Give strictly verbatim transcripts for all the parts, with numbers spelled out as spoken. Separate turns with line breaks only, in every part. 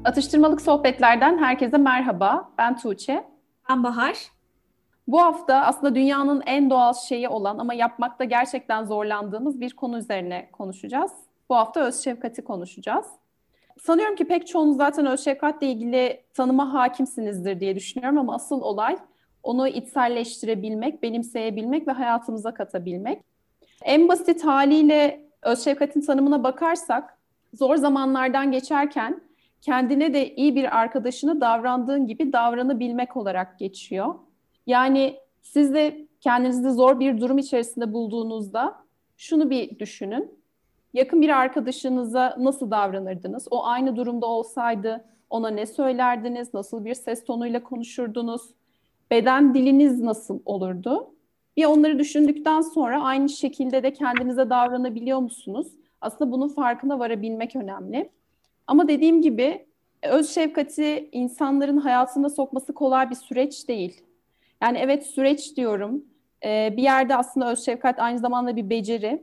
Atıştırmalık sohbetlerden herkese merhaba. Ben Tuğçe.
Ben Bahar.
Bu hafta aslında dünyanın en doğal şeyi olan ama yapmakta gerçekten zorlandığımız bir konu üzerine konuşacağız. Bu hafta öz şefkati konuşacağız. Sanıyorum ki pek çoğunuz zaten öz şefkatle ilgili tanıma hakimsinizdir diye düşünüyorum ama asıl olay onu içselleştirebilmek, benimseyebilmek ve hayatımıza katabilmek. En basit haliyle öz şefkatin tanımına bakarsak, zor zamanlardan geçerken kendine de iyi bir arkadaşına davrandığın gibi davranabilmek olarak geçiyor. Yani siz de kendinizi zor bir durum içerisinde bulduğunuzda şunu bir düşünün. Yakın bir arkadaşınıza nasıl davranırdınız? O aynı durumda olsaydı ona ne söylerdiniz? Nasıl bir ses tonuyla konuşurdunuz? Beden diliniz nasıl olurdu? Bir onları düşündükten sonra aynı şekilde de kendinize davranabiliyor musunuz? Aslında bunun farkına varabilmek önemli. Ama dediğim gibi öz şefkati insanların hayatına sokması kolay bir süreç değil. Yani evet süreç diyorum. Ee, bir yerde aslında öz şefkat aynı zamanda bir beceri.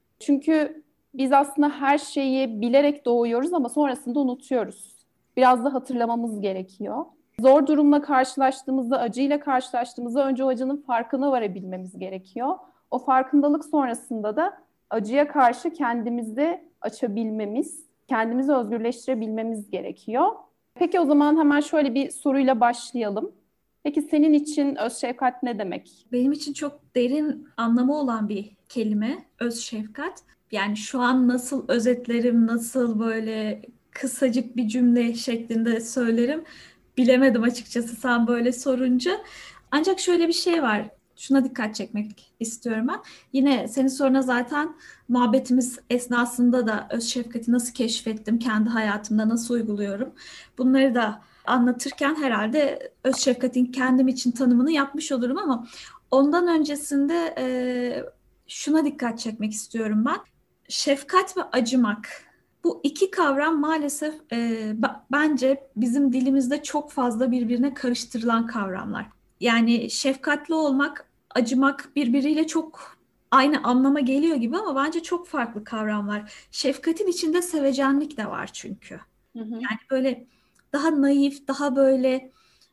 Çünkü biz aslında her şeyi bilerek doğuyoruz ama sonrasında unutuyoruz. Biraz da hatırlamamız gerekiyor. Zor durumla karşılaştığımızda, acıyla karşılaştığımızda önce o acının farkına varabilmemiz gerekiyor. O farkındalık sonrasında da acıya karşı kendimizi açabilmemiz, kendimizi özgürleştirebilmemiz gerekiyor. Peki o zaman hemen şöyle bir soruyla başlayalım. Peki senin için öz şefkat ne demek?
Benim için çok derin anlamı olan bir kelime, öz şefkat. Yani şu an nasıl özetlerim, nasıl böyle kısacık bir cümle şeklinde söylerim bilemedim açıkçası sen böyle sorunca. Ancak şöyle bir şey var. Şuna dikkat çekmek istiyorum ben. Yine senin soruna zaten muhabbetimiz esnasında da öz şefkati nasıl keşfettim, kendi hayatımda nasıl uyguluyorum. Bunları da anlatırken herhalde öz şefkatin kendim için tanımını yapmış olurum ama ondan öncesinde e, şuna dikkat çekmek istiyorum ben. Şefkat ve acımak. Bu iki kavram maalesef e, b- bence bizim dilimizde çok fazla birbirine karıştırılan kavramlar. Yani şefkatli olmak, acımak birbiriyle çok aynı anlama geliyor gibi ama bence çok farklı kavramlar. Şefkatin içinde sevecenlik de var çünkü.
Hı hı.
Yani böyle daha naif, daha böyle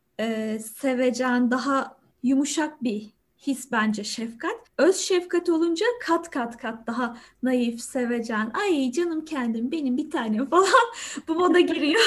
e, sevecen, daha yumuşak bir his bence şefkat. Öz şefkat olunca kat kat kat daha naif, sevecen. Ay canım kendim benim bir tanem falan bu moda giriyor.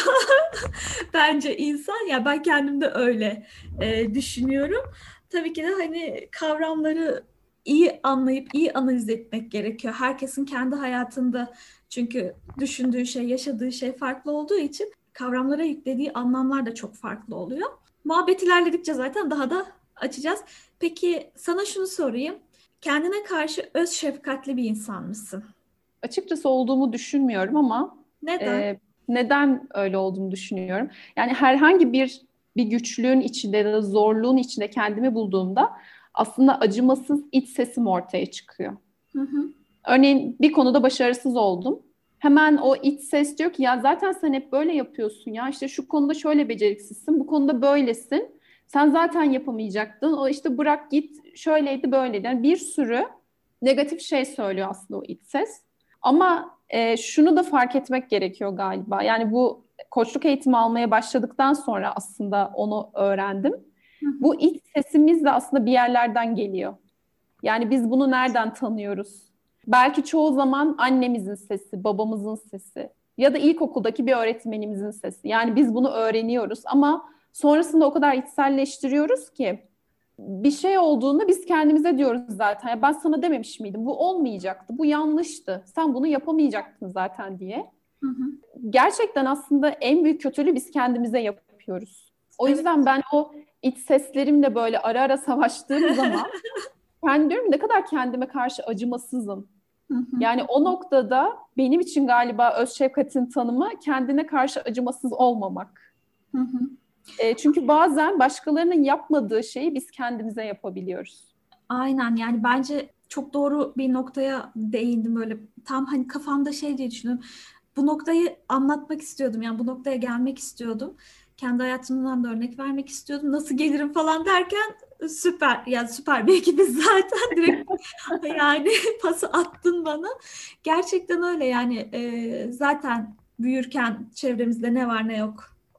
Bence insan ya ben kendimde öyle e, düşünüyorum. Tabii ki de hani kavramları iyi anlayıp iyi analiz etmek gerekiyor. Herkesin kendi hayatında çünkü düşündüğü şey, yaşadığı şey farklı olduğu için kavramlara yüklediği anlamlar da çok farklı oluyor. Muhabbet ilerledikçe zaten daha da açacağız. Peki sana şunu sorayım. Kendine karşı öz şefkatli bir insan mısın?
Açıkçası olduğumu düşünmüyorum ama
Neden?
e, neden öyle olduğumu düşünüyorum. Yani herhangi bir bir güçlüğün içinde ya da zorluğun içinde kendimi bulduğumda aslında acımasız iç sesim ortaya çıkıyor.
Hı hı.
Örneğin bir konuda başarısız oldum. Hemen o iç ses diyor ki ya zaten sen hep böyle yapıyorsun ya işte şu konuda şöyle beceriksizsin, bu konuda böylesin. Sen zaten yapamayacaktın. O işte bırak git şöyleydi böyleydi. Yani bir sürü negatif şey söylüyor aslında o iç ses. Ama e, şunu da fark etmek gerekiyor galiba. Yani bu koçluk eğitimi almaya başladıktan sonra aslında onu öğrendim.
Hı hı.
Bu iç sesimiz de aslında bir yerlerden geliyor. Yani biz bunu nereden tanıyoruz? Belki çoğu zaman annemizin sesi, babamızın sesi ya da ilkokuldaki bir öğretmenimizin sesi. Yani biz bunu öğreniyoruz ama sonrasında o kadar içselleştiriyoruz ki bir şey olduğunda biz kendimize diyoruz zaten. Ya ben sana dememiş miydim? Bu olmayacaktı, bu yanlıştı. Sen bunu yapamayacaktın zaten diye.
Hı hı.
Gerçekten aslında en büyük kötülüğü biz kendimize yapıyoruz. O
Evet.
yüzden ben o iç seslerimle böyle ara ara savaştığım zaman ben diyorum ne kadar kendime karşı acımasızım.
Hı hı.
Yani o noktada benim için galiba öz şefkatin tanımı kendine karşı acımasız olmamak.
Hı hı.
E, çünkü bazen başkalarının yapmadığı şeyi biz kendimize yapabiliyoruz.
Aynen yani bence çok doğru bir noktaya değindim böyle tam hani kafamda şey diye düşünüyorum. Bu noktayı anlatmak istiyordum yani bu noktaya gelmek istiyordum. Kendi hayatımdan da örnek vermek istiyordum. Nasıl gelirim falan derken süper yani süper bir ekibiz zaten direkt yani pası attın bana. Gerçekten öyle yani e, zaten büyürken çevremizde ne var ne yok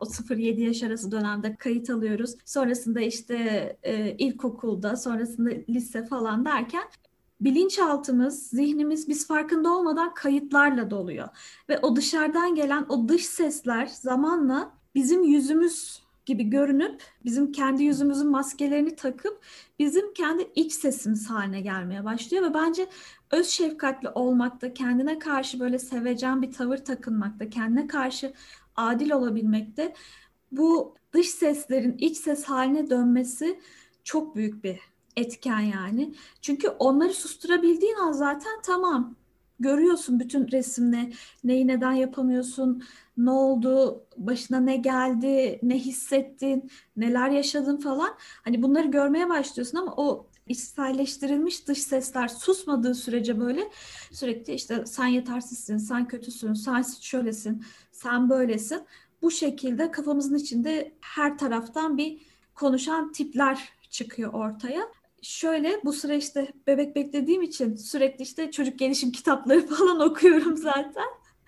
o sıfır yedi yaş arası dönemde kayıt alıyoruz. Sonrasında işte e, ilkokulda, sonrasında lise falan derken bilinçaltımız, zihnimiz biz farkında olmadan kayıtlarla doluyor. Ve o dışarıdan gelen o dış sesler zamanla bizim yüzümüz gibi görünüp bizim kendi yüzümüzün maskelerini takıp bizim kendi iç sesimiz haline gelmeye başlıyor ve bence öz şefkatli olmakta, kendine karşı böyle sevecen bir tavır takınmakta, kendine karşı adil olabilmekte bu dış seslerin iç ses haline dönmesi çok büyük bir etken yani. Çünkü onları susturabildiğin an zaten tamam. Görüyorsun bütün resimle neyi neden yapamıyorsun, ne oldu, başına ne geldi, ne hissettin, neler yaşadın falan. Hani bunları görmeye başlıyorsun ama o içselleştirilmiş dış sesler susmadığı sürece böyle sürekli işte sen yetersizsin, sen kötüsün, sen şöylesin, sen böylesin. Bu şekilde kafamızın içinde her taraftan bir konuşan tipler çıkıyor ortaya. Şöyle bu sıra işte bebek beklediğim için sürekli işte çocuk gelişim kitapları falan okuyorum zaten.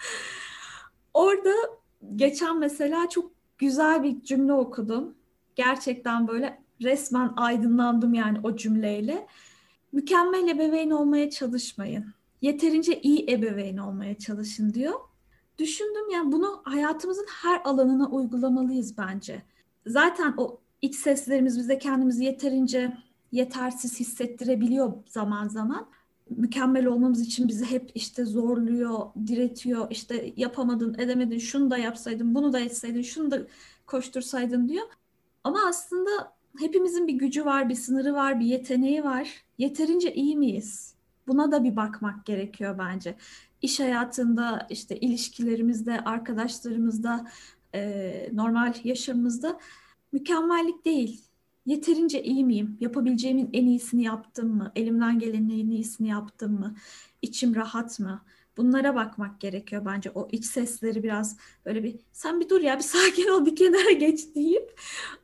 Orada geçen mesela çok güzel bir cümle okudum. Gerçekten böyle resmen aydınlandım yani o cümleyle. Mükemmel ebeveyn olmaya çalışmayın. Yeterince iyi ebeveyn olmaya çalışın diyor. Düşündüm yani bunu hayatımızın her alanına uygulamalıyız bence. Zaten o iç seslerimiz bize kendimizi yeterince yetersiz hissettirebiliyor zaman zaman. Mükemmel olmamız için bizi hep işte zorluyor, diretiyor. İşte yapamadın, edemedin, şunu da yapsaydın, bunu da etseydin, şunu da koştursaydın diyor. Ama aslında hepimizin bir gücü var, bir sınırı var, bir yeteneği var. Yeterince iyi miyiz? Buna da bir bakmak gerekiyor bence. İş hayatında, işte ilişkilerimizde, arkadaşlarımızda, e, normal yaşamımızda mükemmellik değil. Yeterince iyi miyim? Yapabileceğimin en iyisini yaptım mı? Elimden gelenin en iyisini yaptım mı? İçim rahat mı? Bunlara bakmak gerekiyor bence. O iç sesleri biraz böyle bir sen bir dur ya bir sakin ol bir kenara geç deyip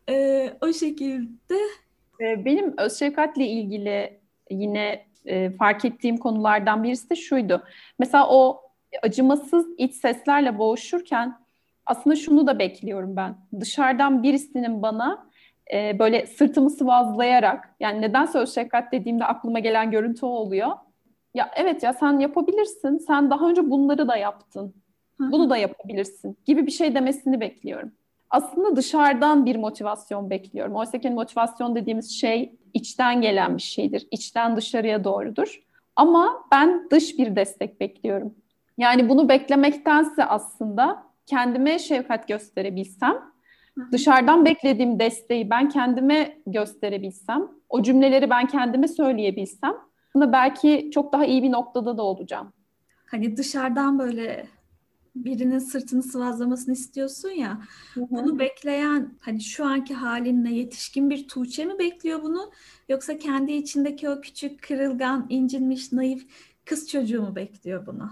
e, o şekilde.
Ee, Benim öz şefkatle ilgili yine e, fark ettiğim konulardan birisi de şuydu. Mesela o acımasız iç seslerle boğuşurken aslında şunu da bekliyorum ben. Dışarıdan birisinin bana e, böyle sırtımı sıvazlayarak, yani neden öz şefkat dediğimde aklıma gelen görüntü o oluyor. Ya evet, ya sen yapabilirsin. Sen daha önce bunları da yaptın.
Hı
Bunu
hı,
da yapabilirsin gibi bir şey demesini bekliyorum. Aslında dışarıdan bir motivasyon bekliyorum. Oysa ki motivasyon dediğimiz şey içten gelen bir şeydir. İçten dışarıya doğrudur. Ama ben dış bir destek bekliyorum. Yani bunu beklemektense aslında kendime şefkat gösterebilsem,
hı hı.
dışarıdan beklediğim desteği ben kendime gösterebilsem, o cümleleri ben kendime söyleyebilsem, aslında belki çok daha iyi bir noktada da olacağım.
Hani dışarıdan böyle birinin sırtını sıvazlamasını istiyorsun ya.
Hı hı.
Bunu bekleyen hani şu anki halinle yetişkin bir Tuğçe mi bekliyor bunu? Yoksa kendi içindeki o küçük kırılgan, incinmiş, naif kız çocuğu mu bekliyor bunu?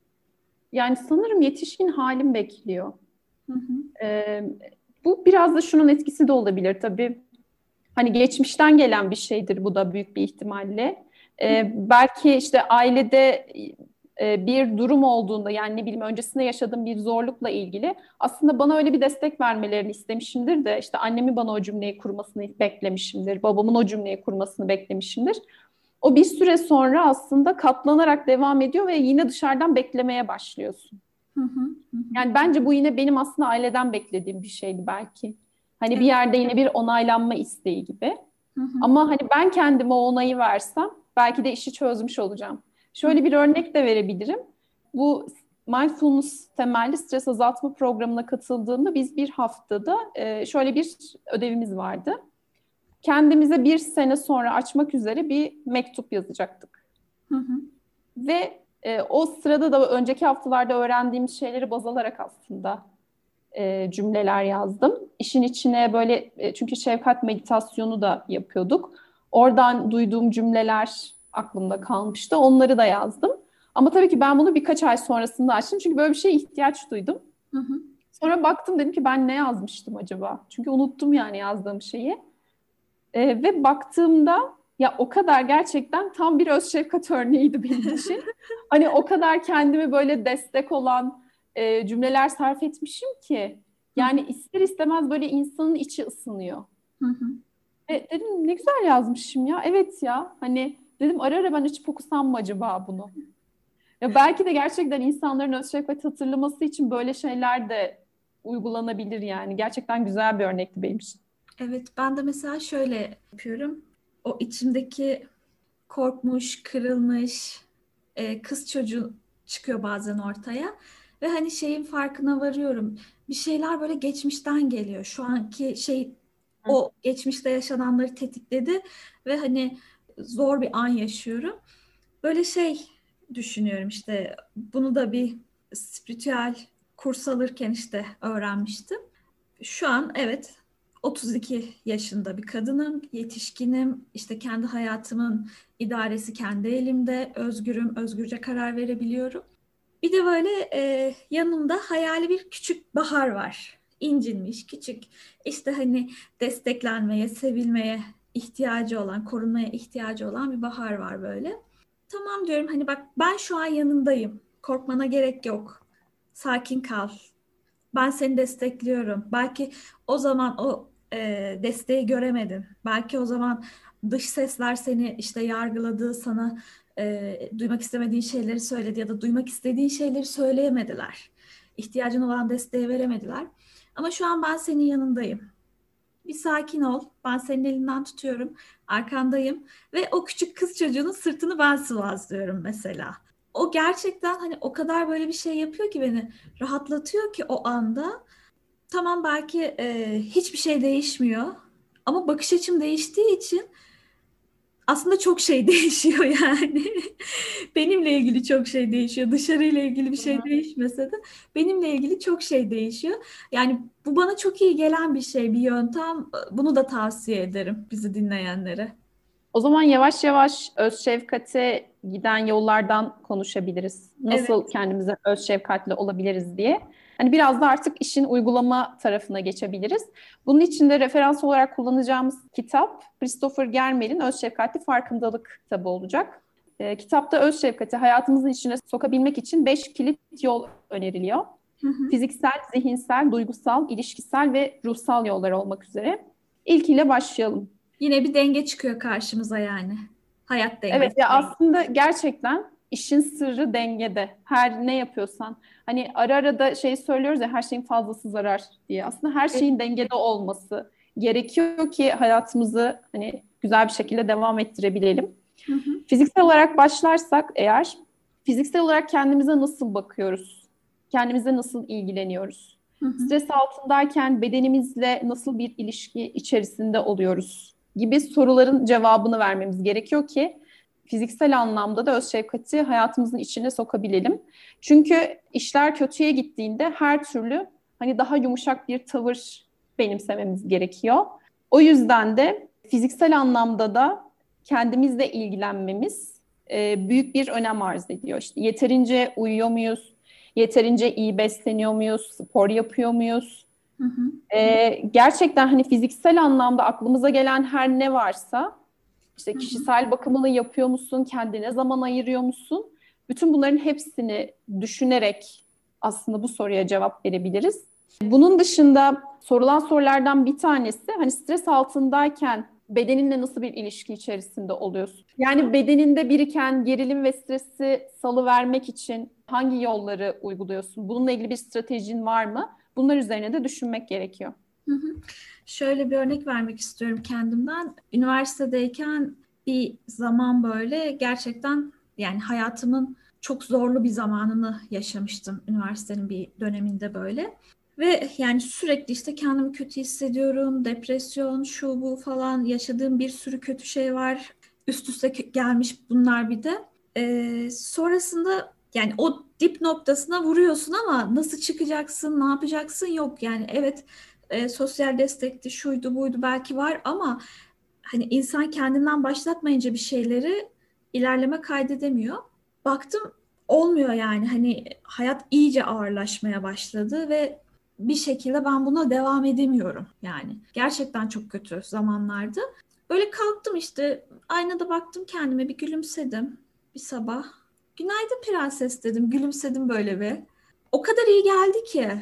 Yani sanırım yetişkin halim bekliyor.
Hı hı,
Ee, Bu biraz da şunun etkisi de olabilir tabii. Hani geçmişten gelen bir şeydir bu da büyük bir ihtimalle. Ee, belki işte ailede e, bir durum olduğunda, yani ne bileyim öncesinde yaşadığım bir zorlukla ilgili aslında bana öyle bir destek vermelerini istemişimdir de işte annemin bana o cümleyi kurmasını beklemişimdir. Babamın o cümleyi kurmasını beklemişimdir. O bir süre sonra aslında katlanarak devam ediyor ve yine dışarıdan beklemeye başlıyorsun.
hı hı, hı hı.
Yani bence bu yine benim aslında aileden beklediğim bir şeydi belki. Hani bir
Evet.
yerde yine bir onaylanma isteği gibi.
Hı hı,
Ama hani ben kendime o onayı versem belki de işi çözmüş olacağım.
hı
Şöyle bir örnek de verebilirim. Bu mindfulness temelli stres azaltma programına katıldığımda biz bir haftada e, şöyle bir ödevimiz vardı. Kendimize bir sene sonra açmak üzere bir mektup yazacaktık.
hı, hı.
Ve e, o sırada da önceki haftalarda öğrendiğimiz şeyleri baz alarak aslında e, cümleler yazdım. İşin içine böyle e, çünkü şefkat meditasyonu da yapıyorduk. Oradan duyduğum cümleler aklımda kalmıştı. Onları da yazdım. Ama tabii ki ben bunu birkaç ay sonrasında açtım. Çünkü böyle bir şeye ihtiyaç duydum.
Hı hı.
Sonra baktım, dedim ki ben ne yazmıştım acaba? Çünkü unuttum yani yazdığım şeyi. E, ve baktığımda ya o kadar gerçekten tam bir öz şefkat örneğiydi benim için. Hani o kadar kendime böyle destek olan e, cümleler sarf etmişim ki.
Hı
Yani ister istemez böyle insanın içi ısınıyor.
hı. Hı.
Ve dedim ne güzel yazmışım ya. Evet ya hani dedim ara ara ben açıp okusam mı acaba bunu? Ya belki de gerçekten insanların öz şefkat hatırlaması için böyle şeyler de uygulanabilir yani. Gerçekten güzel bir örnekti benim için.
Evet, ben de mesela şöyle yapıyorum. O içimdeki korkmuş, kırılmış e, kız çocuğu çıkıyor bazen ortaya. Ve hani şeyin farkına varıyorum. Bir şeyler böyle geçmişten geliyor. Şu anki şey
Hı.
o geçmişte yaşananları tetikledi ve hani zor bir an yaşıyorum. Böyle şey düşünüyorum işte bunu da bir spiritüel kurs alırken işte öğrenmiştim. Şu an evet otuz iki yaşında bir kadınım, yetişkinim. İşte kendi hayatımın idaresi kendi elimde, özgürüm, özgürce karar verebiliyorum. Bir de böyle e, yanımda hayali bir küçük bahar var. İncinmiş, küçük. İşte hani desteklenmeye, sevilmeye ihtiyacı olan, korunmaya ihtiyacı olan bir bahar var böyle. Tamam diyorum hani bak ben şu an yanındayım. Korkmana gerek yok. Sakin kal. Ben seni destekliyorum. Belki o zaman o e, desteği göremedin. Belki o zaman dış sesler seni işte yargıladı, sana e, duymak istemediğin şeyleri söyledi ya da duymak istediğin şeyleri söyleyemediler. İhtiyacın olan desteği veremediler. Ama şu an ben senin yanındayım. Bir sakin ol. Ben senin elinden tutuyorum. Arkandayım. Ve o küçük kız çocuğunun sırtını ben sıvazlıyorum mesela. O gerçekten hani o kadar böyle bir şey yapıyor ki beni rahatlatıyor ki o anda. Tamam belki e, hiçbir şey değişmiyor. Ama bakış açım değiştiği için aslında çok şey değişiyor yani. Benimle ilgili çok şey değişiyor. Dışarıyla ilgili bir
Hı
şey
hı.
değişmese de benimle ilgili çok şey değişiyor. Yani bu bana çok iyi gelen bir şey, bir yöntem. Bunu da tavsiye ederim bizi dinleyenlere.
O zaman yavaş yavaş öz şefkate giden yollardan konuşabiliriz. Nasıl
Evet.
kendimize öz şefkatli olabiliriz diye. Hani biraz da artık işin uygulama tarafına geçebiliriz. Bunun için de referans olarak kullanacağımız kitap Christopher Germer'in Öz Şefkatli Farkındalık kitabı olacak. E, kitapta öz şefkati hayatımızın içine sokabilmek için beş kilit yol öneriliyor.
Hı hı.
Fiziksel, zihinsel, duygusal, ilişkisel ve ruhsal yollar olmak üzere. İlkiyle başlayalım.
Yine bir denge çıkıyor karşımıza yani. Hayat
Evet
dengesi.
ya aslında gerçekten işin sırrı dengede. Her ne yapıyorsan hani ara ara da şey söylüyoruz ya her şeyin fazlası zarar diye. Aslında her
Evet.
şeyin dengede olması gerekiyor ki hayatımızı hani güzel bir şekilde devam ettirebilelim.
Hı hı.
Fiziksel olarak başlarsak eğer fiziksel olarak kendimize nasıl bakıyoruz? Kendimize nasıl ilgileniyoruz?
Hı hı.
Stres altındayken bedenimizle nasıl bir ilişki içerisinde oluyoruz? Gibi soruların cevabını vermemiz gerekiyor ki fiziksel anlamda da öz şefkati hayatımızın içine sokabilelim. Çünkü işler kötüye gittiğinde her türlü hani daha yumuşak bir tavır benimsememiz gerekiyor. O yüzden de fiziksel anlamda da kendimizle ilgilenmemiz e, büyük bir önem arz ediyor. İşte yeterince uyuyor muyuz? Yeterince iyi besleniyor muyuz? Spor yapıyor muyuz?
Hı hı.
E, gerçekten hani fiziksel anlamda aklımıza gelen her ne varsa işte
Hı hı.
kişisel bakımını yapıyor musun? Kendine zaman ayırıyor musun? Bütün bunların hepsini düşünerek aslında bu soruya cevap verebiliriz. Bunun dışında sorulan sorulardan bir tanesi hani stres altındayken bedeninle nasıl bir ilişki içerisinde oluyorsun? Yani bedeninde biriken gerilim ve stresi salıvermek için hangi yolları uyguluyorsun? Bununla ilgili bir stratejin var mı? Bunlar üzerine de düşünmek gerekiyor.
Hı hı. Şöyle bir örnek vermek istiyorum kendimden. Üniversitedeyken bir zaman böyle gerçekten yani hayatımın çok zorlu bir zamanını yaşamıştım üniversitenin bir döneminde böyle. Ve yani sürekli işte kendimi kötü hissediyorum, depresyon, şu bu falan yaşadığım bir sürü kötü şey var. Üst üste kö- gelmiş bunlar bir de. Ee, sonrasında yani o dip noktasına vuruyorsun ama nasıl çıkacaksın, ne yapacaksın yok. Yani evet e, sosyal destekti, şuydu buydu belki var ama hani insan kendinden başlatmayınca bir şeyleri ilerleme kaydedemiyor. Baktım olmuyor yani hani hayat iyice ağırlaşmaya başladı ve bir şekilde ben buna devam edemiyorum yani. Gerçekten çok kötü zamanlardı. Böyle kalktım işte aynada baktım kendime bir gülümsedim bir sabah. Günaydın prenses dedim gülümsedim böyle bir. O kadar iyi geldi ki.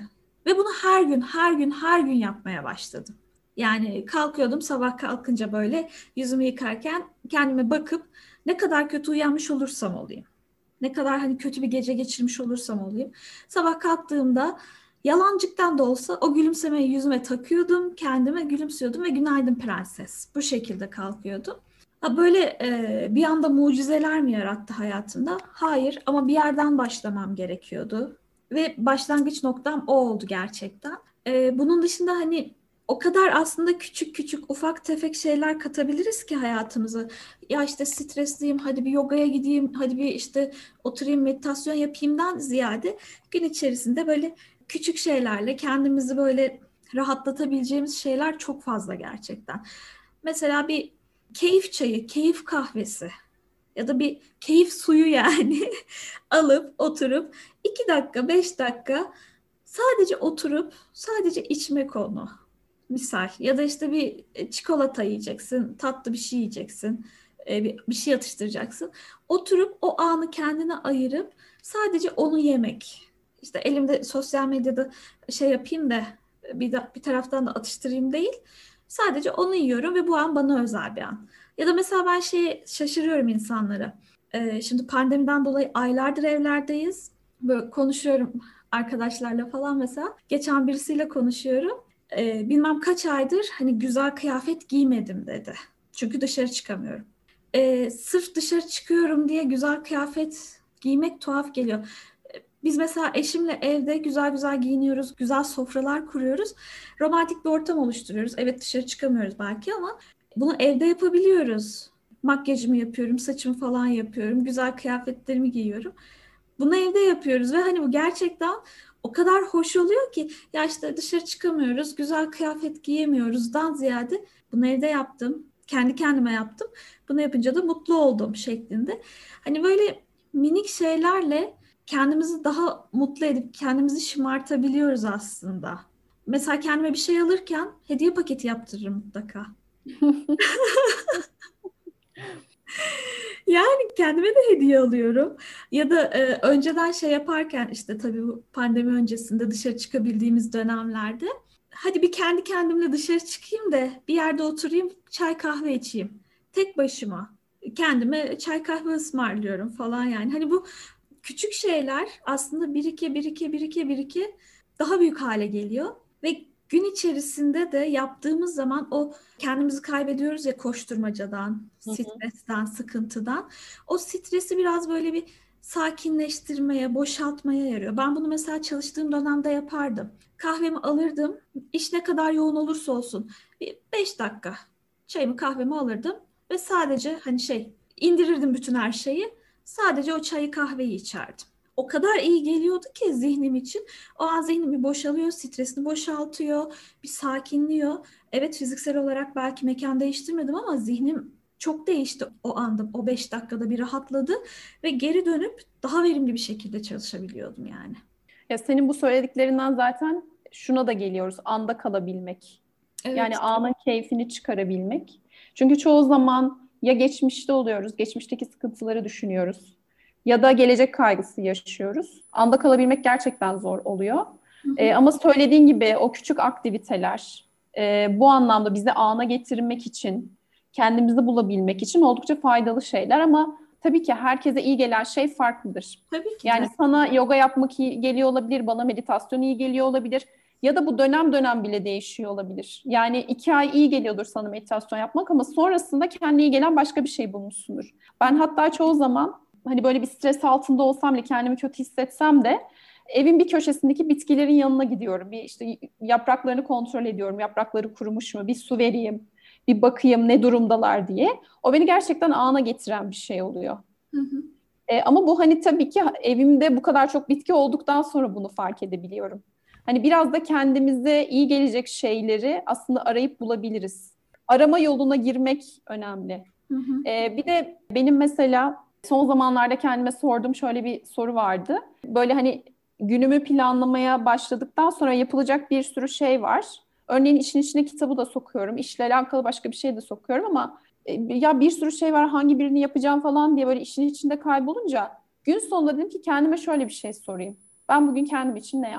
Ve bunu her gün, her gün, her gün yapmaya başladım. Yani kalkıyordum sabah kalkınca böyle yüzümü yıkarken kendime bakıp ne kadar kötü uyanmış olursam olayım. Ne kadar hani kötü bir gece geçirmiş olursam olayım. Sabah kalktığımda yalancıktan da olsa o gülümsemeyi yüzüme takıyordum. Kendime gülümsüyordum ve günaydın prenses. Bu şekilde kalkıyordum. Ha böyle e, bir anda mucizeler mi yarattı hayatımda? Hayır, ama bir yerden başlamam gerekiyordu. Ve başlangıç noktam o oldu gerçekten. E, bunun dışında hani o kadar aslında küçük küçük ufak tefek şeyler katabiliriz ki hayatımıza. Ya işte stresliyim, hadi bir yogaya gideyim, hadi bir işte oturayım meditasyon yapayımdan ziyade gün içerisinde böyle küçük şeylerle kendimizi böyle rahatlatabileceğimiz şeyler çok fazla gerçekten. Mesela bir keyif çayı, keyif kahvesi ya da bir keyif suyu yani alıp oturup iki dakika, beş dakika sadece oturup sadece içmek onu. Misal ya da işte bir e, çikolata yiyeceksin, tatlı bir şey yiyeceksin, e, bir, bir şey atıştıracaksın. Oturup o anı kendine ayırıp sadece onu yemek. İşte elimde sosyal medyada şey yapayım da bir, de, bir taraftan da atıştırayım değil. Sadece onu yiyorum ve bu an bana özel bir an. Ya da mesela ben şey şaşırıyorum insanlara. E, şimdi pandemiden dolayı aylardır evlerdeyiz. Böyle konuşuyorum arkadaşlarla falan mesela. Geçen birisiyle konuşuyorum. Ee, bilmem kaç aydır hani güzel kıyafet giymedim dedi. Çünkü dışarı çıkamıyorum. Ee, sırf dışarı çıkıyorum diye güzel kıyafet giymek tuhaf geliyor. Ee, Biz mesela eşimle evde güzel güzel giyiniyoruz, güzel sofralar kuruyoruz. Romantik bir ortam oluşturuyoruz. Evet, dışarı çıkamıyoruz belki ama bunu evde yapabiliyoruz. Makyajımı yapıyorum, saçımı falan yapıyorum, güzel kıyafetlerimi giyiyorum. Bunu evde yapıyoruz ve hani bu gerçekten o kadar hoş oluyor ki ya işte dışarı çıkamıyoruz, güzel kıyafet giyemiyoruzdan ziyade bunu evde yaptım, kendi kendime yaptım. Bunu yapınca da mutlu oldum şeklinde. Hani böyle minik şeylerle kendimizi daha mutlu edip kendimizi şımartabiliyoruz aslında. Mesela kendime bir şey alırken hediye paketi yaptırırım mutlaka. Yani kendime de hediye alıyorum. Ya da e, önceden şey yaparken işte tabii bu pandemi öncesinde dışarı çıkabildiğimiz dönemlerde hadi bir kendi kendimle dışarı çıkayım da bir yerde oturayım, çay kahve içeyim. Tek başıma. Kendime çay kahve ısmarlıyorum falan yani. Hani bu küçük şeyler aslında birike birike birike birike daha büyük hale geliyor ve gün içerisinde de yaptığımız zaman o kendimizi kaybediyoruz ya koşturmacadan,
Hı hı.
stresten, sıkıntıdan. O stresi biraz böyle bir sakinleştirmeye, boşaltmaya yarıyor. Ben bunu mesela çalıştığım dönemde yapardım. Kahvemi alırdım. İş ne kadar yoğun olursa olsun bir beş dakika çayımı kahvemi alırdım ve sadece hani şey indirirdim bütün her şeyi. Sadece o çayı kahveyi içerdim. O kadar iyi geliyordu ki zihnim için. O an zihnim bir boşalıyor, stresini boşaltıyor, bir sakinliyor. Evet, fiziksel olarak belki mekan değiştirmedim ama zihnim çok değişti o anda. O beş dakikada bir rahatladı ve geri dönüp daha verimli bir şekilde çalışabiliyordum yani.
Ya senin bu söylediklerinden zaten şuna da geliyoruz. Anda kalabilmek. Yani
Evet.
anın keyfini çıkarabilmek. Çünkü çoğu zaman ya geçmişte oluyoruz, geçmişteki sıkıntıları düşünüyoruz. Ya da gelecek kaygısı yaşıyoruz. Anda kalabilmek gerçekten zor oluyor.
Hı
Ee,
hı.
ama söylediğin gibi o küçük aktiviteler e, bu anlamda bizi ana getirmek için, kendimizi bulabilmek için oldukça faydalı şeyler. Ama tabii ki herkese iyi gelen şey farklıdır.
Tabii ki
Yani
de.
sana yoga yapmak iyi geliyor olabilir, bana meditasyon iyi geliyor olabilir. Ya da bu dönem dönem bile değişiyor olabilir. Yani iki ay iyi geliyordur sana meditasyon yapmak ama sonrasında kendine iyi gelen başka bir şey bulmuşsundur. Ben hatta çoğu zaman hani böyle bir stres altında olsam bile kendimi kötü hissetsem de evin bir köşesindeki bitkilerin yanına gidiyorum. Bir işte yapraklarını kontrol ediyorum. Yaprakları kurumuş mu? Bir su vereyim, bir bakayım ne durumdalar diye. O beni gerçekten ana getiren bir şey oluyor.
Hı hı.
E, ama bu hani tabii ki evimde bu kadar çok bitki olduktan sonra bunu fark edebiliyorum. Hani biraz da kendimize iyi gelecek şeyleri aslında arayıp bulabiliriz. Arama yoluna girmek önemli.
Hı hı.
E, bir de benim mesela son zamanlarda kendime sorduğum şöyle bir soru vardı. Böyle hani günümü planlamaya başladıktan sonra yapılacak bir sürü şey var. Örneğin işin içine kitabı da sokuyorum. İşle alakalı başka bir şey de sokuyorum ama e, ya bir sürü şey var hangi birini yapacağım falan diye böyle işin içinde kaybolunca gün sonunda dedim ki kendime şöyle bir şey sorayım. Ben bugün kendim için ne yaptım?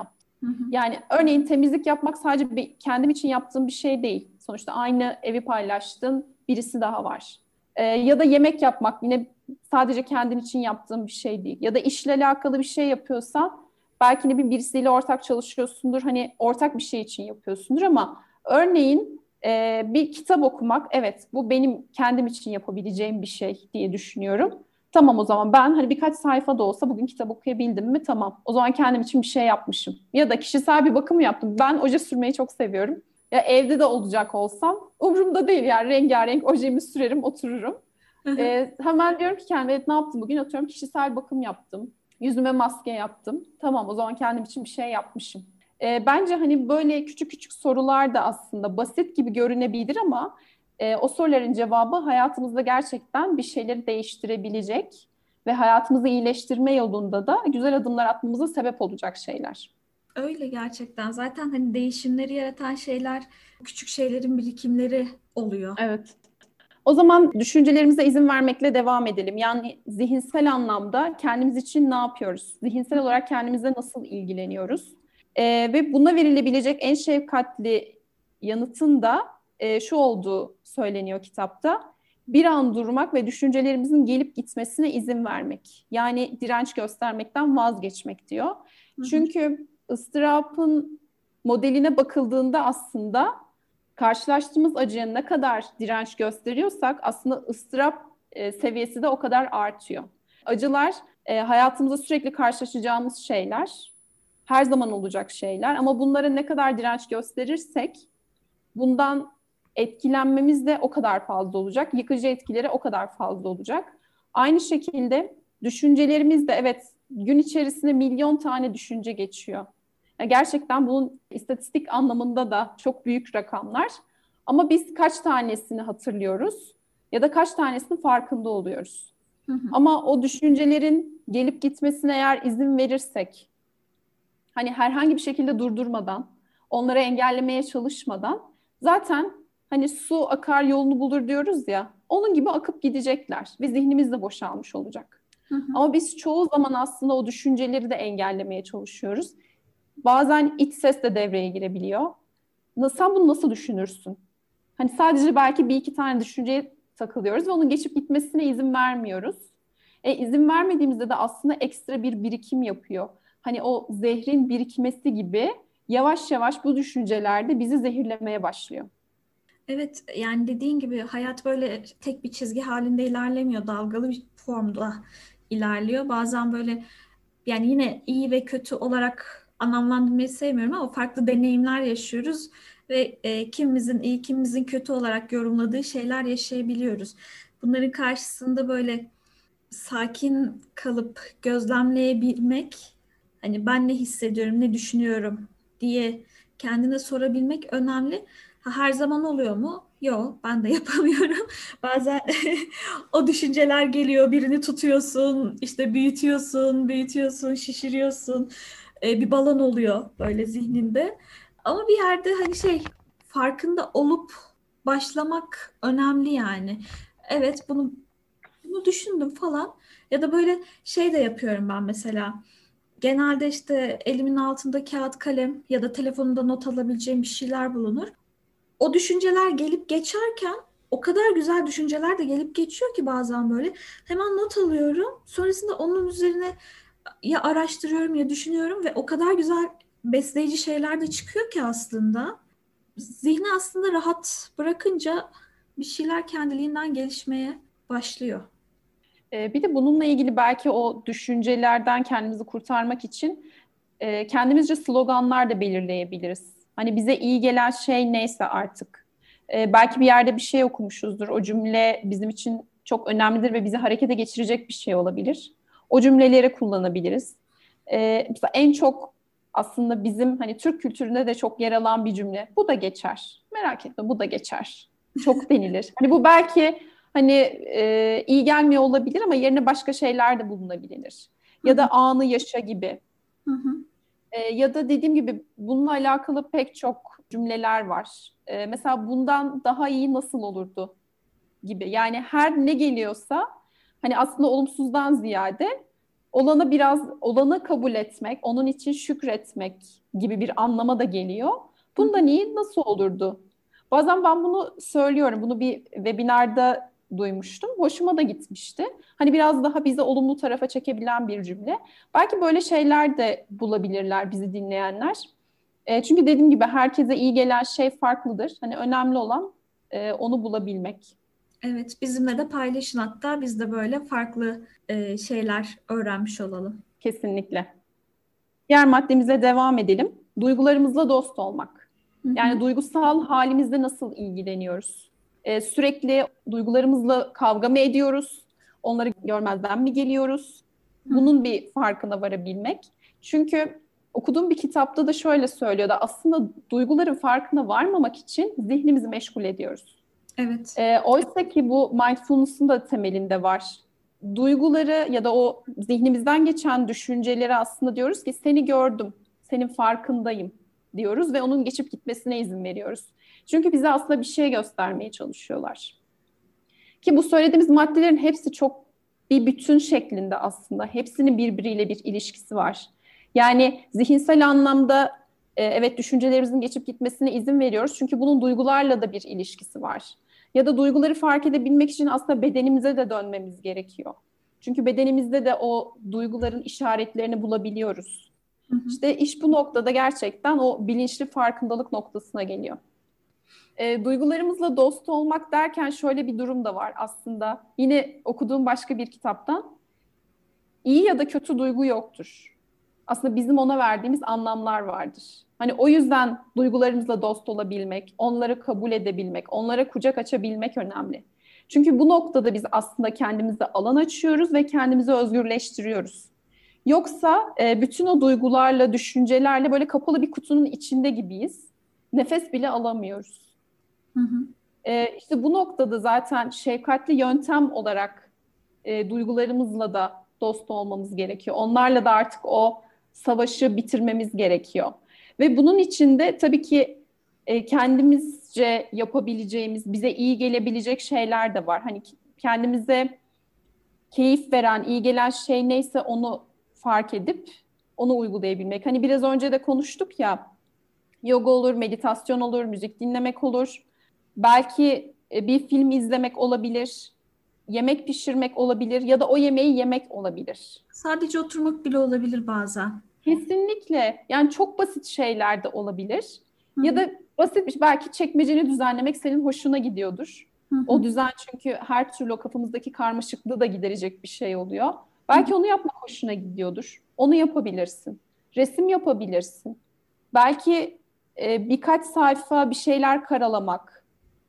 Hı hı.
Yani örneğin temizlik yapmak sadece bir, kendim için yaptığım bir şey değil. Sonuçta aynı evi paylaştığın birisi daha var. Ee, ya da yemek yapmak yine sadece kendin için yaptığım bir şey değil. Ya da işle alakalı bir şey yapıyorsan belki de bir birisiyle ortak çalışıyorsundur. Hani ortak bir şey için yapıyorsundur ama örneğin e, bir kitap okumak, evet bu benim kendim için yapabileceğim bir şey diye düşünüyorum. Tamam, o zaman ben hani birkaç sayfa da olsa bugün kitap okuyabildim mi? Tamam. O zaman kendim için bir şey yapmışım. Ya da kişisel bir bakım yaptım. Ben oje sürmeyi çok seviyorum. Ya evde de olacak olsam umurumda değil, yani rengarenk ojemi sürerim, otururum.
Hı hı.
Ee, hemen diyorum ki kendime, evet, ne yaptım bugün? Atıyorum kişisel bakım yaptım. Yüzüme maske yaptım. Tamam, o zaman kendim için bir şey yapmışım. Ee, bence hani böyle küçük küçük sorular da aslında basit gibi görünebilir ama e, o soruların cevabı hayatımızda gerçekten bir şeyleri değiştirebilecek ve hayatımızı iyileştirme yolunda da güzel adımlar atmamıza sebep olacak şeyler.
Öyle gerçekten. Zaten hani değişimleri yaratan şeyler küçük şeylerin birikimleri oluyor.
Evet. O zaman düşüncelerimize izin vermekle devam edelim. Yani zihinsel anlamda kendimiz için ne yapıyoruz? Zihinsel olarak kendimizle nasıl ilgileniyoruz? Ee, ve buna verilebilecek en şefkatli yanıtın da e, şu olduğu söyleniyor kitapta. Bir an durmak ve düşüncelerimizin gelip gitmesine izin vermek. Yani direnç göstermekten vazgeçmek diyor.
Hı hı.
Çünkü ıstırapın modeline bakıldığında aslında karşılaştığımız acıya ne kadar direnç gösteriyorsak aslında ıstırap e, seviyesi de o kadar artıyor. Acılar e, hayatımızda sürekli karşılaşacağımız şeyler, her zaman olacak şeyler ama bunlara ne kadar direnç gösterirsek bundan etkilenmemiz de o kadar fazla olacak. Yıkıcı etkileri o kadar fazla olacak. Aynı şekilde düşüncelerimiz de, evet, gün içerisinde milyon tane düşünce geçiyor. Yani gerçekten bunun istatistik anlamında da çok büyük rakamlar. Ama biz kaç tanesini hatırlıyoruz ya da kaç tanesinin farkında oluyoruz?
Hı hı.
Ama o düşüncelerin gelip gitmesine eğer izin verirsek, hani herhangi bir şekilde durdurmadan, onları engellemeye çalışmadan, zaten hani su akar yolunu bulur diyoruz ya, onun gibi akıp gidecekler ve zihnimiz de boşalmış olacak.
Hı hı.
Ama biz çoğu zaman aslında o düşünceleri de engellemeye çalışıyoruz. Bazen iç ses de devreye girebiliyor. Sen bunu nasıl düşünürsün? Hani sadece belki bir iki tane düşünceye takılıyoruz ve onun geçip gitmesine izin vermiyoruz. E, izin vermediğimizde de aslında ekstra bir birikim yapıyor. Hani o zehrin birikmesi gibi yavaş yavaş bu düşünceler de bizi zehirlemeye başlıyor.
Evet, yani dediğin gibi hayat böyle tek bir çizgi halinde ilerlemiyor. Dalgalı bir formda ilerliyor. Bazen böyle, yani yine iyi ve kötü olarak anlamlandırmayı sevmiyorum ama farklı deneyimler yaşıyoruz ve e, kimimizin iyi, kimimizin kötü olarak yorumladığı şeyler yaşayabiliyoruz. Bunların karşısında böyle sakin kalıp gözlemleyebilmek, hani ben ne hissediyorum, ne düşünüyorum diye kendine sorabilmek önemli. Ha, her zaman oluyor mu? Yok, ben de yapamıyorum. Bazen o düşünceler geliyor, birini tutuyorsun, işte büyütüyorsun, büyütüyorsun, şişiriyorsun. Ee, bir balon oluyor böyle zihninde. Ama bir yerde hani şey, farkında olup başlamak önemli yani. Evet, bunu bunu düşündüm falan. Ya da böyle şey de yapıyorum ben mesela. Genelde işte elimin altında kağıt kalem ya da telefonumda not alabileceğim bir şeyler bulunur. O düşünceler gelip geçerken o kadar güzel düşünceler de gelip geçiyor ki bazen böyle. Hemen not alıyorum. Sonrasında onun üzerine ya araştırıyorum ya düşünüyorum ve o kadar güzel besleyici şeyler de çıkıyor ki aslında. Zihni aslında rahat bırakınca bir şeyler kendiliğinden gelişmeye başlıyor.
E, bir de bununla ilgili belki o düşüncelerden kendimizi kurtarmak için e, kendimizce sloganlar da belirleyebiliriz. Hani bize iyi gelen şey neyse artık. E, belki bir yerde bir şey okumuşuzdur. O cümle bizim için çok önemlidir ve bizi harekete geçirecek bir şey olabilir. O cümleleri kullanabiliriz. E, mesela en çok aslında bizim hani Türk kültüründe de çok yer alan bir cümle. Bu da geçer. Merak etme, bu da geçer. Çok denilir. Hani bu belki hani e, iyi gelmiyor olabilir ama yerine başka şeyler de bulunabilir.
Hı
Ya
hı,
da anı yaşa gibi.
hı hı,
E, ya da dediğim gibi bununla alakalı pek çok cümleler var. E, mesela bundan daha iyi nasıl olurdu gibi. Yani her ne geliyorsa hani aslında olumsuzdan ziyade olana biraz olanı kabul etmek, onun için şükretmek gibi bir anlama da geliyor.
Hı hı.
Bundan iyi nasıl olurdu? Bazen ben bunu söylüyorum. Bunu bir webinarda duymuştum. Hoşuma da gitmişti. Hani biraz daha bizi olumlu tarafa çekebilen bir cümle. Belki böyle şeyler de bulabilirler bizi dinleyenler. E, çünkü dediğim gibi herkese iyi gelen şey farklıdır. Hani önemli olan e, onu bulabilmek.
Evet, bizimle de paylaşın, hatta biz de böyle farklı e, şeyler öğrenmiş olalım.
Kesinlikle. Diğer maddemize devam edelim. Duygularımızla dost olmak.
Hı hı.
Yani duygusal halimizle nasıl ilgileniyoruz? Ee, sürekli duygularımızla kavga mı ediyoruz? Onları görmezden mi geliyoruz?
Hı hı.
Bunun bir farkına varabilmek. Çünkü okuduğum bir kitapta da şöyle söylüyordu. Aslında duyguların farkına varmamak için zihnimizi meşgul ediyoruz.
Evet.
E, oysa ki bu mindfulness'ın da temelinde var. Duyguları ya da o zihnimizden geçen düşünceleri aslında diyoruz ki seni gördüm, senin farkındayım diyoruz ve onun geçip gitmesine izin veriyoruz. Çünkü bize aslında bir şey göstermeye çalışıyorlar. Ki bu söylediğimiz maddelerin hepsi çok bir bütün şeklinde aslında. Hepsinin birbiriyle bir ilişkisi var. Yani zihinsel anlamda e, evet düşüncelerimizin geçip gitmesine izin veriyoruz. Çünkü bunun duygularla da bir ilişkisi var. Ya da duyguları fark edebilmek için aslında bedenimize de dönmemiz gerekiyor. Çünkü bedenimizde de o duyguların işaretlerini bulabiliyoruz.
Hı hı.
İşte iş bu noktada gerçekten o bilinçli farkındalık noktasına geliyor. E, duygularımızla dost olmak derken şöyle bir durum da var aslında. Yine okuduğum başka bir kitaptan. İyi ya da kötü duygu yoktur. Aslında bizim ona verdiğimiz anlamlar vardır. Hani o yüzden duygularımızla dost olabilmek, onları kabul edebilmek, onlara kucak açabilmek önemli. Çünkü bu noktada biz aslında kendimize alan açıyoruz ve kendimizi özgürleştiriyoruz. Yoksa e, bütün o duygularla, düşüncelerle böyle kapalı bir kutunun içinde gibiyiz. Nefes bile alamıyoruz.
Hı hı.
E, işte bu noktada zaten şefkatli yöntem olarak e, duygularımızla da dost olmamız gerekiyor. Onlarla da artık o savaşı bitirmemiz gerekiyor. Ve bunun için de tabii ki e, kendimizce yapabileceğimiz, bize iyi gelebilecek şeyler de var. Hani kendimize keyif veren, iyi gelen şey neyse onu fark edip onu uygulayabilmek. Hani biraz önce de konuştuk ya, yoga olur, meditasyon olur, müzik dinlemek olur. Belki e, bir film izlemek olabilir, yemek pişirmek olabilir ya da o yemeği yemek olabilir.
Sadece oturmak bile olabilir bazen.
Kesinlikle. Yani çok basit şeyler de olabilir.
Hı
Ya
hı.
da basit bir şey, belki çekmeceni düzenlemek senin hoşuna gidiyordur.
Hı
O
hı.
düzen çünkü her türlü o kafamızdaki karmaşıklığı da giderecek bir şey oluyor.
Hı
Belki onu yapmak hoşuna gidiyordur. Onu yapabilirsin. Resim yapabilirsin. Belki e, birkaç sayfa bir şeyler karalamak,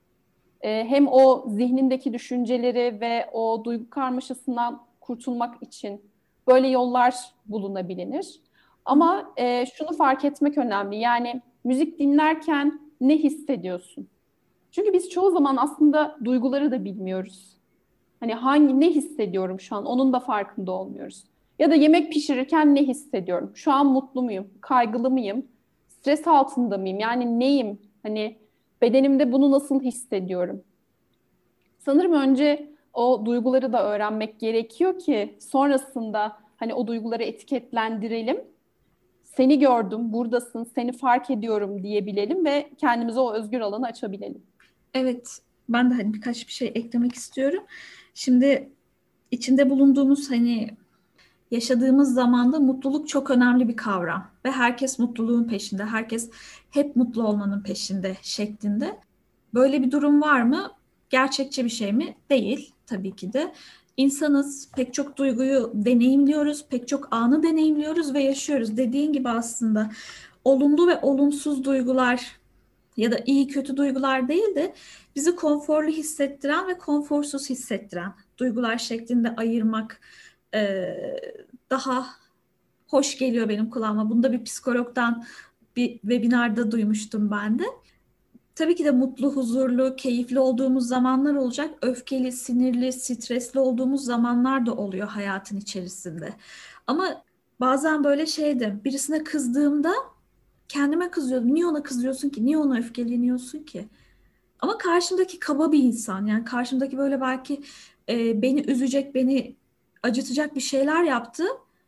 e, hem o zihnindeki düşünceleri ve o duygu karmaşasından kurtulmak için böyle yollar bulunabilir.
hı.
Ama e, şunu fark etmek önemli. Yani müzik dinlerken ne hissediyorsun? Çünkü biz çoğu zaman aslında duyguları da bilmiyoruz. Hani hangi ne hissediyorum şu an onun da farkında olmuyoruz. Ya da yemek pişirirken ne hissediyorum? Şu an mutlu muyum? Kaygılı mıyım? Stres altında mıyım? Yani neyim? Hani bedenimde bunu nasıl hissediyorum? Sanırım önce o duyguları da öğrenmek gerekiyor ki sonrasında hani o duyguları etiketlendirelim. Seni gördüm, buradasın, seni fark ediyorum diyebilelim ve kendimize o özgür alanı açabilelim.
Evet, ben de hani birkaç bir şey eklemek istiyorum. Şimdi içinde bulunduğumuz, hani yaşadığımız zamanda mutluluk çok önemli bir kavram ve herkes mutluluğun peşinde, herkes hep mutlu olmanın peşinde şeklinde. Böyle bir durum var mı? Gerçekçi bir şey mi? Değil, tabii ki de. İnsanız, pek çok duyguyu deneyimliyoruz, pek çok anı deneyimliyoruz ve yaşıyoruz. Dediğin gibi aslında olumlu ve olumsuz duygular ya da iyi kötü duygular değil de bizi konforlu hissettiren ve konforsuz hissettiren duygular şeklinde ayırmak e, daha hoş geliyor benim kulağıma. Bunu da bir psikologdan bir webinarda duymuştum ben de. Tabii ki de mutlu, huzurlu, keyifli olduğumuz zamanlar olacak. Öfkeli, sinirli, stresli olduğumuz zamanlar da oluyor hayatın içerisinde. Ama bazen böyle şeydi, birisine kızdığımda kendime kızıyordum. Niye ona kızıyorsun ki? Niye ona öfkeleniyorsun ki? Ama karşımdaki kaba bir insan. Yani karşımdaki böyle belki e, beni üzecek, beni acıtacak bir şeyler yaptı.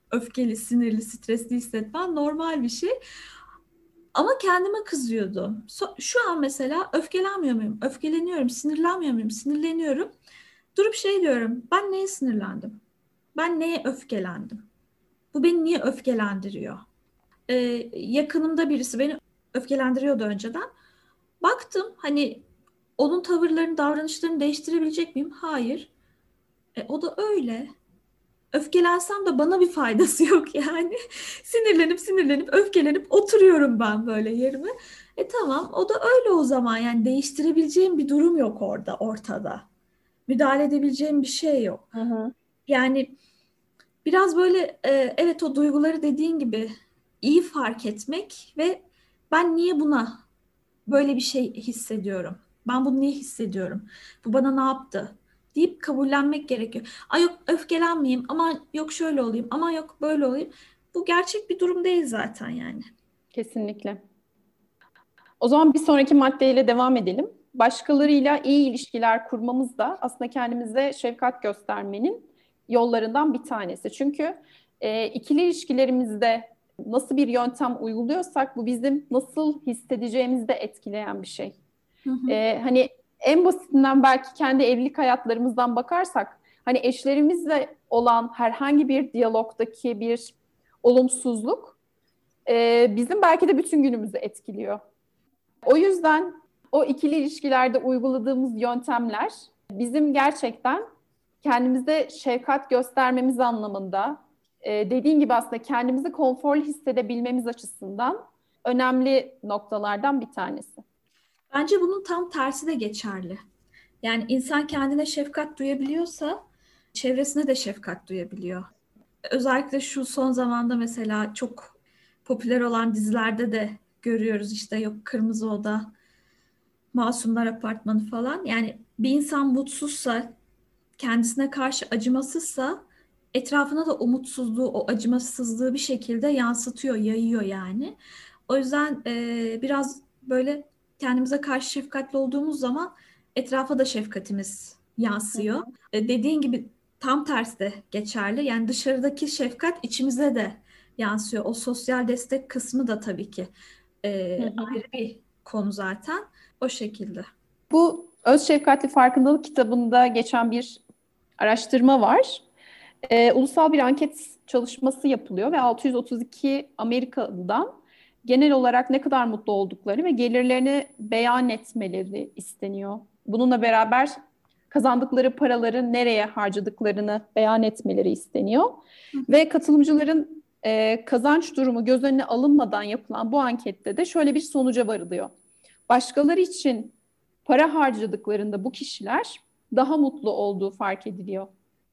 öfkeli, sinirli, stresli hissetmen normal bir şey. Ama kendime kızıyordum. So- şu an mesela öfkelenmiyor muyum? Öfkeleniyorum. Sinirlenmiyor muyum? Sinirleniyorum. Durup şey diyorum. Ben neye sinirlendim? Ben neye öfkelendim? Bu beni niye öfkelendiriyor? Ee, Yakınımda birisi beni öfkelendiriyordu önceden. Baktım hani onun tavırlarını, davranışlarını değiştirebilecek miyim? Hayır. E, o da öyle. Öfkelensem de bana bir faydası yok yani. Sinirlenip sinirlenip öfkelenip oturuyorum ben böyle yerime. E tamam, o da öyle o zaman, yani değiştirebileceğim bir durum yok orada, ortada. Müdahale edebileceğim bir şey yok.
Hı hı.
Yani biraz böyle e, evet, o duyguları dediğin gibi iyi fark etmek ve ben niye buna böyle bir şey hissediyorum? Ben bunu niye hissediyorum? Bu bana ne yaptı? Deyip kabullenmek gerekiyor. Ay yok öfkelenmeyeyim, ama yok şöyle olayım, ama yok böyle olayım. Bu gerçek bir durum değil zaten yani.
Kesinlikle. O zaman bir sonraki maddeyle devam edelim. Başkalarıyla iyi ilişkiler kurmamız da aslında kendimize şefkat göstermenin yollarından bir tanesi. Çünkü e, ikili ilişkilerimizde nasıl bir yöntem uyguluyorsak bu bizim nasıl hissedeceğimizi de etkileyen bir şey.
Hı hı.
E, hani en basitinden belki kendi evlilik hayatlarımızdan bakarsak hani eşlerimizle olan herhangi bir diyalogdaki bir olumsuzluk e, bizim belki de bütün günümüzü etkiliyor. O yüzden o ikili ilişkilerde uyguladığımız yöntemler bizim gerçekten kendimize şefkat göstermemiz anlamında, e, dediğin gibi aslında kendimizi konforlu hissedebilmemiz açısından önemli noktalardan bir tanesi.
Bence bunun tam tersi de geçerli. Yani insan kendine şefkat duyabiliyorsa çevresine de şefkat duyabiliyor. Özellikle şu son zamanda mesela çok popüler olan dizilerde de görüyoruz, işte yok Kırmızı Oda, Masumlar Apartmanı falan. Yani bir insan mutsuzsa, kendisine karşı acımasızsa etrafına da umutsuzluğu, o acımasızlığı bir şekilde yansıtıyor, yayıyor yani. O yüzden e, biraz böyle kendimize karşı şefkatli olduğumuz zaman etrafa da şefkatimiz
Hı
yansıyor.
hı.
E, dediğin gibi tam tersi de geçerli. Yani dışarıdaki şefkat içimize de yansıyor. O sosyal destek kısmı da tabii ki e,
Hı hı.
ayrı bir konu zaten. O şekilde.
Bu Öz Şefkatli Farkındalık kitabında geçen bir araştırma var. Ee, ulusal bir anket çalışması yapılıyor ve altı yüz otuz iki Amerikalı'dan genel olarak ne kadar mutlu oldukları ve gelirlerini beyan etmeleri isteniyor. Bununla beraber kazandıkları paraları nereye harcadıklarını beyan etmeleri isteniyor. Ve katılımcıların e, kazanç durumu göz önüne alınmadan yapılan bu ankette de şöyle bir sonuca varılıyor. Başkaları için para harcadıklarında bu kişiler daha mutlu olduğu fark ediliyor.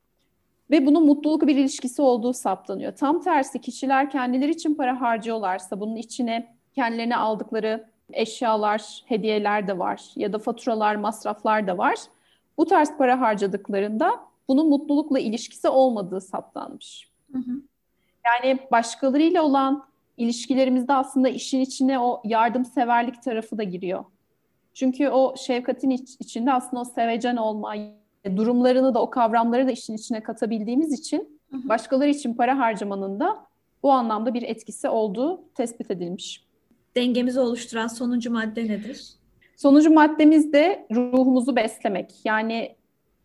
Ve bunun mutluluk bir ilişkisi olduğu saptanıyor. Tam tersi kişiler kendileri için para harcıyorlarsa bunun içine kendilerine aldıkları eşyalar, hediyeler de var ya da faturalar, masraflar da var. Bu tarz para harcadıklarında bunun mutlulukla ilişkisi olmadığı saptanmış.
Hı hı.
Yani başkalarıyla olan ilişkilerimizde aslında işin içine o yardımseverlik tarafı da giriyor. Çünkü o şefkatin iç, içinde aslında o sevecen olma durumlarını da o kavramları da işin içine katabildiğimiz için
Hı hı.
başkaları için para harcamanın da bu anlamda bir etkisi olduğu tespit edilmiş.
Dengemizi oluşturan sonuncu madde nedir?
Sonuncu maddemiz de ruhumuzu beslemek. Yani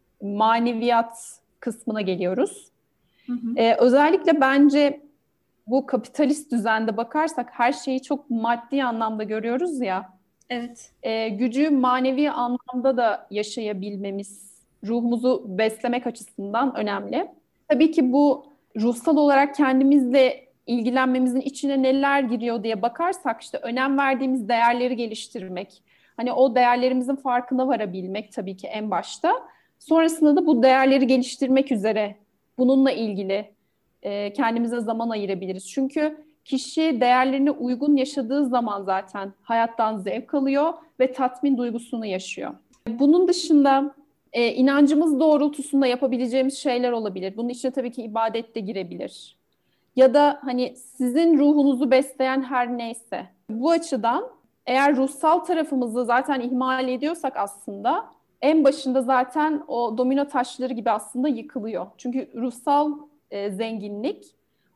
maneviyat kısmına geliyoruz.
Hı hı.
Ee, özellikle bence bu kapitalist düzende bakarsak her şeyi çok maddi anlamda görüyoruz ya.
Evet.
E, gücü manevi anlamda da yaşayabilmemiz, ruhumuzu beslemek açısından önemli. Tabii ki bu ruhsal olarak kendimizle ilgilenmemizin içine neler giriyor diye bakarsak işte önem verdiğimiz değerleri geliştirmek, hani o değerlerimizin farkına varabilmek tabii ki en başta. Sonrasında da bu değerleri geliştirmek üzere bununla ilgili e, kendimize zaman ayırabiliriz. Çünkü kişi değerlerine uygun yaşadığı zaman zaten hayattan zevk alıyor ve tatmin duygusunu yaşıyor. Bunun dışında e, inancımız doğrultusunda yapabileceğimiz şeyler olabilir. Bunun içine tabii ki ibadet de girebilir. Ya da hani sizin ruhunuzu besleyen her neyse. Bu açıdan eğer ruhsal tarafımızı zaten ihmal ediyorsak aslında en başında zaten o domino taşları gibi aslında yıkılıyor. Çünkü ruhsal e, zenginlik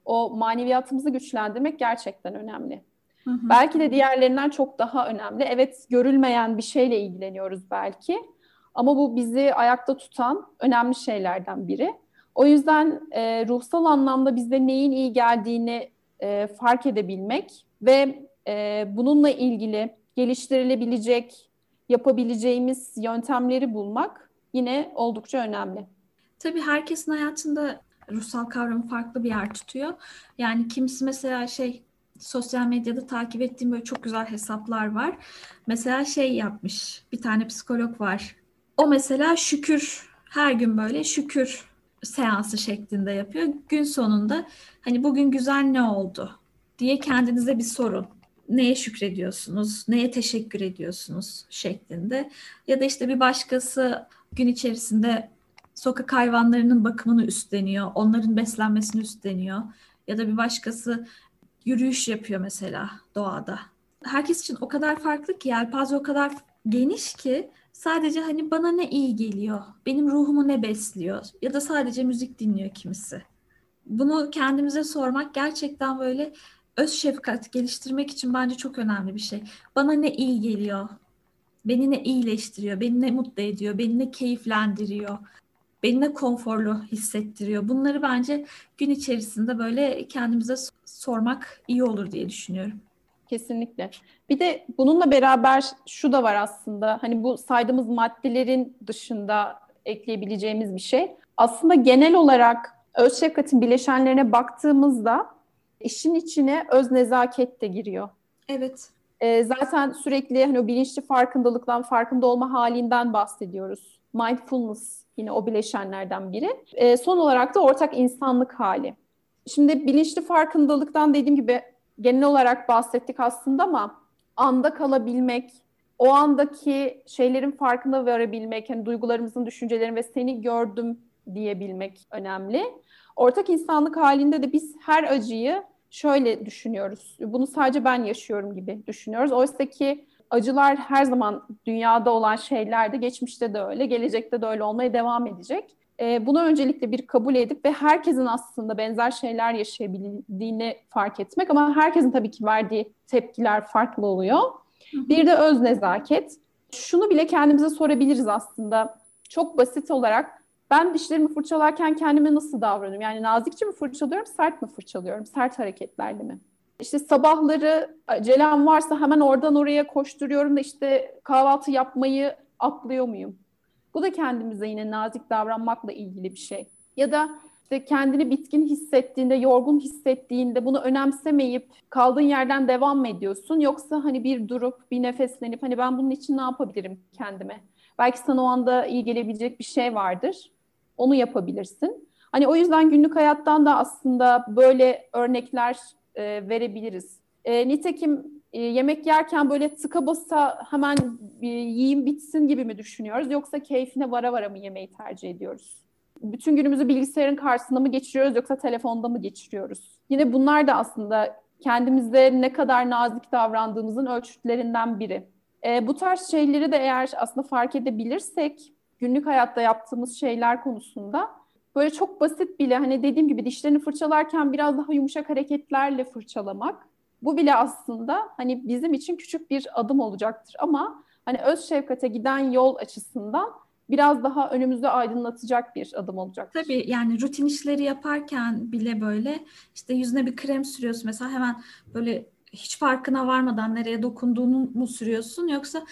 o maneviyatımızı güçlendirmek gerçekten önemli.
Hı hı.
Belki de diğerlerinden çok daha önemli. Evet, görülmeyen bir şeyle ilgileniyoruz belki. Ama bu bizi ayakta tutan önemli şeylerden biri. O yüzden e, ruhsal anlamda bize neyin iyi geldiğini e, fark edebilmek ve e, bununla ilgili geliştirilebilecek, yapabileceğimiz yöntemleri bulmak yine oldukça önemli.
Tabii herkesin hayatında ruhsal kavramı farklı bir yer tutuyor. Yani kimisi mesela şey sosyal medyada takip ettiğim böyle çok güzel hesaplar var. Mesela şey yapmış bir tane psikolog var. O mesela şükür her gün böyle şükür seansı şeklinde yapıyor. Gün sonunda hani bugün güzel ne oldu diye kendinize bir sorun. Neye şükrediyorsunuz, neye teşekkür ediyorsunuz şeklinde. Ya da işte bir başkası gün içerisinde sokak hayvanlarının bakımını üstleniyor, onların beslenmesini üstleniyor. Ya da bir başkası yürüyüş yapıyor mesela doğada. Herkes için o kadar farklı ki, yelpaze o kadar geniş ki sadece hani bana ne iyi geliyor, benim ruhumu ne besliyor ya da sadece müzik dinliyor kimisi. Bunu kendimize sormak gerçekten böyle öz şefkat geliştirmek için bence çok önemli bir şey. Bana ne iyi geliyor, beni ne iyileştiriyor, beni ne mutlu ediyor, beni ne keyiflendiriyor, beni ne konforlu hissettiriyor. Bunları bence gün içerisinde böyle kendimize sormak iyi olur diye düşünüyorum.
Kesinlikle. Bir de bununla beraber şu da var aslında. Hani bu saydığımız maddelerin dışında ekleyebileceğimiz bir şey. Aslında genel olarak öz şefkatin bileşenlerine baktığımızda işin içine öz nezaket de giriyor.
Evet.
Ee, zaten sürekli hani o bilinçli farkındalıktan, farkında olma halinden bahsediyoruz. Mindfulness yine o bileşenlerden biri. Ee, son olarak da ortak insanlık hali. Şimdi bilinçli farkındalıktan dediğim gibi genel olarak bahsettik aslında ama anda kalabilmek, o andaki şeylerin farkına varabilmek, hani duygularımızın, düşüncelerin ve seni gördüm diyebilmek önemli. Ortak insanlık halinde de biz her acıyı şöyle düşünüyoruz. Bunu sadece ben yaşıyorum gibi düşünüyoruz. Oysa ki acılar her zaman dünyada olan şeyler de geçmişte de öyle, gelecekte de öyle olmaya devam edecek. E, bunu öncelikle bir kabul edip ve herkesin aslında benzer şeyler yaşayabildiğini fark etmek ama herkesin tabii ki verdiği tepkiler farklı oluyor.
Hı hı.
Bir de öz nezaket. Şunu bile kendimize sorabiliriz aslında. Çok basit olarak ben dişlerimi fırçalarken kendime nasıl davranıyorum? Yani nazikçe mi fırçalıyorum, sert mi fırçalıyorum? Sert hareketlerle mi? İşte sabahları acelem varsa hemen oradan oraya koşturuyorum da işte kahvaltı yapmayı atlıyor muyum? Bu da kendimize yine nazik davranmakla ilgili bir şey. Ya da işte kendini bitkin hissettiğinde, yorgun hissettiğinde bunu önemsemeyip kaldığın yerden devam mı ediyorsun? Yoksa hani bir durup, bir nefeslenip hani ben bunun için ne yapabilirim kendime? Belki sana o anda iyi gelebilecek bir şey vardır. Onu yapabilirsin. Hani o yüzden günlük hayattan da aslında böyle örnekler e, verebiliriz. E, nitekim e, yemek yerken böyle tıka basa hemen e, yiyeyim bitsin gibi mi düşünüyoruz? Yoksa keyfine vara vara mı yemeği tercih ediyoruz? Bütün günümüzü bilgisayarın karşısında mı geçiriyoruz yoksa telefonda mı geçiriyoruz? Yine bunlar da aslında kendimize ne kadar nazik davrandığımızın ölçütlerinden biri. E, bu tarz şeyleri de eğer aslında fark edebilirsek günlük hayatta yaptığımız şeyler konusunda böyle çok basit bile hani dediğim gibi dişlerini fırçalarken biraz daha yumuşak hareketlerle fırçalamak bu bile aslında hani bizim için küçük bir adım olacaktır ama hani öz şefkate giden yol açısından biraz daha önümüzde aydınlatacak bir adım olacaktır.
Tabii yani rutin işleri yaparken bile böyle işte yüzüne bir krem sürüyorsun mesela hemen böyle hiç farkına varmadan nereye dokunduğunu mu sürüyorsun yoksa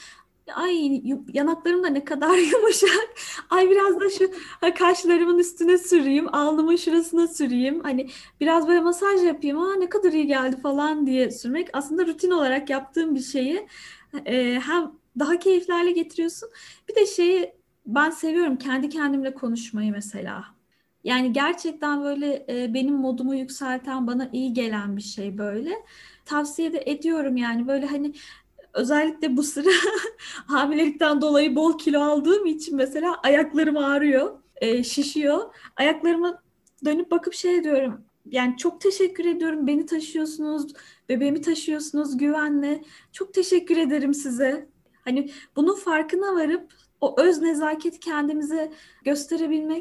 ay yanaklarım da ne kadar yumuşak. Ay biraz da şu kaşlarımın üstüne süreyim, alnımın şurasına süreyim. Hani biraz böyle masaj yapayım. Aa ne kadar iyi geldi falan diye sürmek. Aslında rutin olarak yaptığım bir şeyi e, hem daha keyifli hale getiriyorsun. Bir de şeyi ben seviyorum kendi kendimle konuşmayı mesela. Yani gerçekten böyle e, benim modumu yükselten, bana iyi gelen bir şey böyle. Tavsiye de ediyorum yani böyle hani özellikle bu sıra hamilelikten dolayı bol kilo aldığım için mesela ayaklarım ağrıyor, e, şişiyor. Ayaklarıma dönüp bakıp şey diyorum. Yani çok teşekkür ediyorum. Beni taşıyorsunuz, bebeğimi taşıyorsunuz güvenle. Çok teşekkür ederim size. Hani bunun farkına varıp o öz nezaketi kendimize gösterebilmek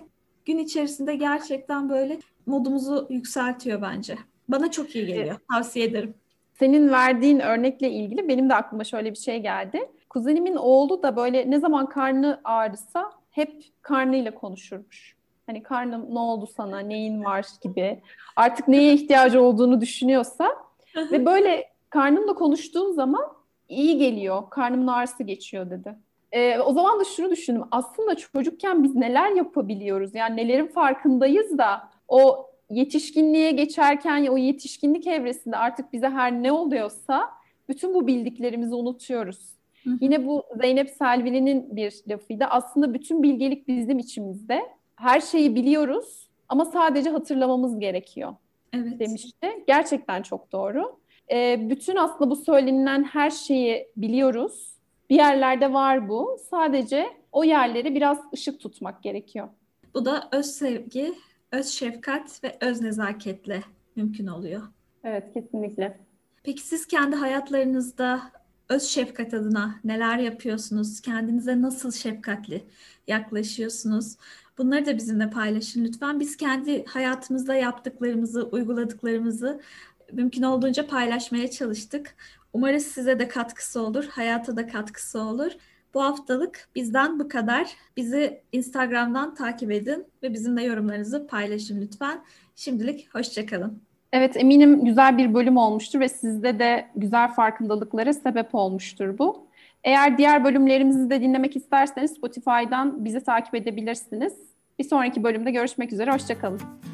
gün içerisinde gerçekten böyle modumuzu yükseltiyor bence. Bana çok iyi geliyor. Tavsiye ederim.
Senin verdiğin örnekle ilgili benim de aklıma şöyle bir şey geldi. Kuzenimin oğlu da böyle ne zaman karnı ağrısa hep karnıyla konuşurmuş. Hani karnım ne oldu sana, neyin var gibi. Artık neye ihtiyacı olduğunu düşünüyorsa ve böyle karnımla konuştuğum zaman iyi geliyor, karnımın ağrısı geçiyor dedi. Ee, o zaman da şunu düşündüm. Aslında çocukken biz neler yapabiliyoruz? Yani nelerin farkındayız da o yetişkinliğe geçerken o yetişkinlik evresinde artık bize her ne oluyorsa bütün bu bildiklerimizi unutuyoruz.
Hı hı.
Yine bu Zeynep Selvi'nin bir lafıydı. Aslında bütün bilgelik bizim içimizde. Her şeyi biliyoruz ama sadece hatırlamamız gerekiyor
Evet.
demişti. Gerçekten çok doğru. Ee, bütün aslında bu söylenilen her şeyi biliyoruz. Bir yerlerde var bu. Sadece o yerleri biraz ışık tutmak gerekiyor.
Bu da öz sevgi, öz şefkat ve öz nezaketle mümkün oluyor.
Evet, kesinlikle.
Peki siz kendi hayatlarınızda öz şefkat adına neler yapıyorsunuz? Kendinize nasıl şefkatli yaklaşıyorsunuz? Bunları da bizimle paylaşın lütfen. Biz kendi hayatımızda yaptıklarımızı, uyguladıklarımızı mümkün olduğunca paylaşmaya çalıştık. Umarız size de katkısı olur, hayata da katkısı olur. Bu haftalık bizden bu kadar. Bizi Instagram'dan takip edin ve bizimle yorumlarınızı paylaşın lütfen. Şimdilik hoşça kalın.
Evet, eminim güzel bir bölüm olmuştur ve sizde de güzel farkındalıklara sebep olmuştur bu. Eğer diğer bölümlerimizi de dinlemek isterseniz Spotify'dan bizi takip edebilirsiniz. Bir sonraki bölümde görüşmek üzere, hoşça kalın.